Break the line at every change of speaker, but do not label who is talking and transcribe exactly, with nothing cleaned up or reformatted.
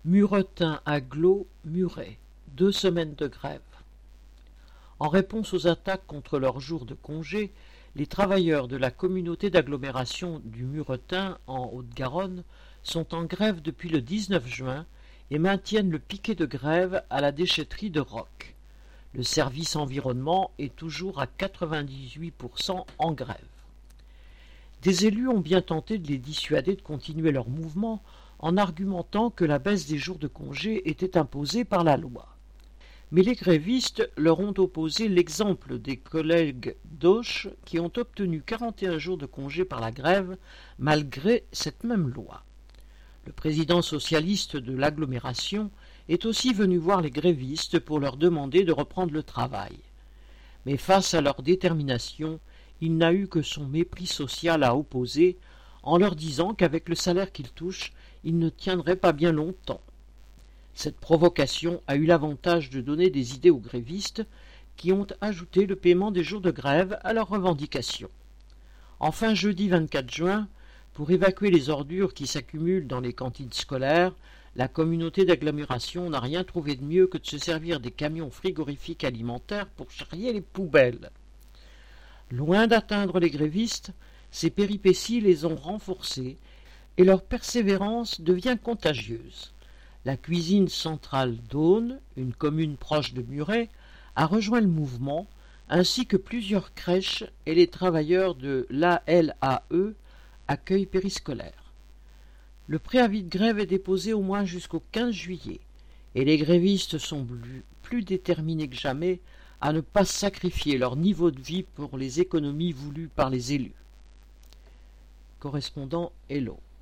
Muretin agglo Muret, deux semaines de grève. En réponse aux attaques contre leurs jours de congé, les travailleurs de la communauté d'agglomération du Muretin en Haute-Garonne sont en grève depuis le dix-neuf juin et maintiennent le piquet de grève à la déchetterie de Roques. Le service environnement est toujours à quatre-vingt-dix-huit pour cent en grève. Des élus ont bien tenté de les dissuader de continuer leur mouvement en argumentant que la baisse des jours de congé était imposée par la loi. Mais les grévistes leur ont opposé l'exemple des collègues d'Auch qui ont obtenu quarante et un jours de congé par la grève malgré cette même loi. Le président socialiste de l'agglomération est aussi venu voir les grévistes pour leur demander de reprendre le travail. Mais face à leur détermination, il n'a eu que son mépris social à opposer en leur disant qu'avec le salaire qu'ils touchent, ils ne tiendraient pas bien longtemps. Cette provocation a eu l'avantage de donner des idées aux grévistes qui ont ajouté le paiement des jours de grève à leurs revendications. Enfin, jeudi vingt-quatre juin, pour évacuer les ordures qui s'accumulent dans les cantines scolaires, la communauté d'agglomération n'a rien trouvé de mieux que de se servir des camions frigorifiques alimentaires pour charrier les poubelles. Loin d'atteindre les grévistes, ces péripéties les ont renforcés et leur persévérance devient contagieuse. La cuisine centrale d'Aune, une commune proche de Muret, a rejoint le mouvement, ainsi que plusieurs crèches et les travailleurs de l'A L A E, accueil périscolaire. Le préavis de grève est déposé au moins jusqu'au quinze juillet, et les grévistes sont plus, plus déterminés que jamais à ne pas sacrifier leur niveau de vie pour les économies voulues par les élus. Correspondant Hello.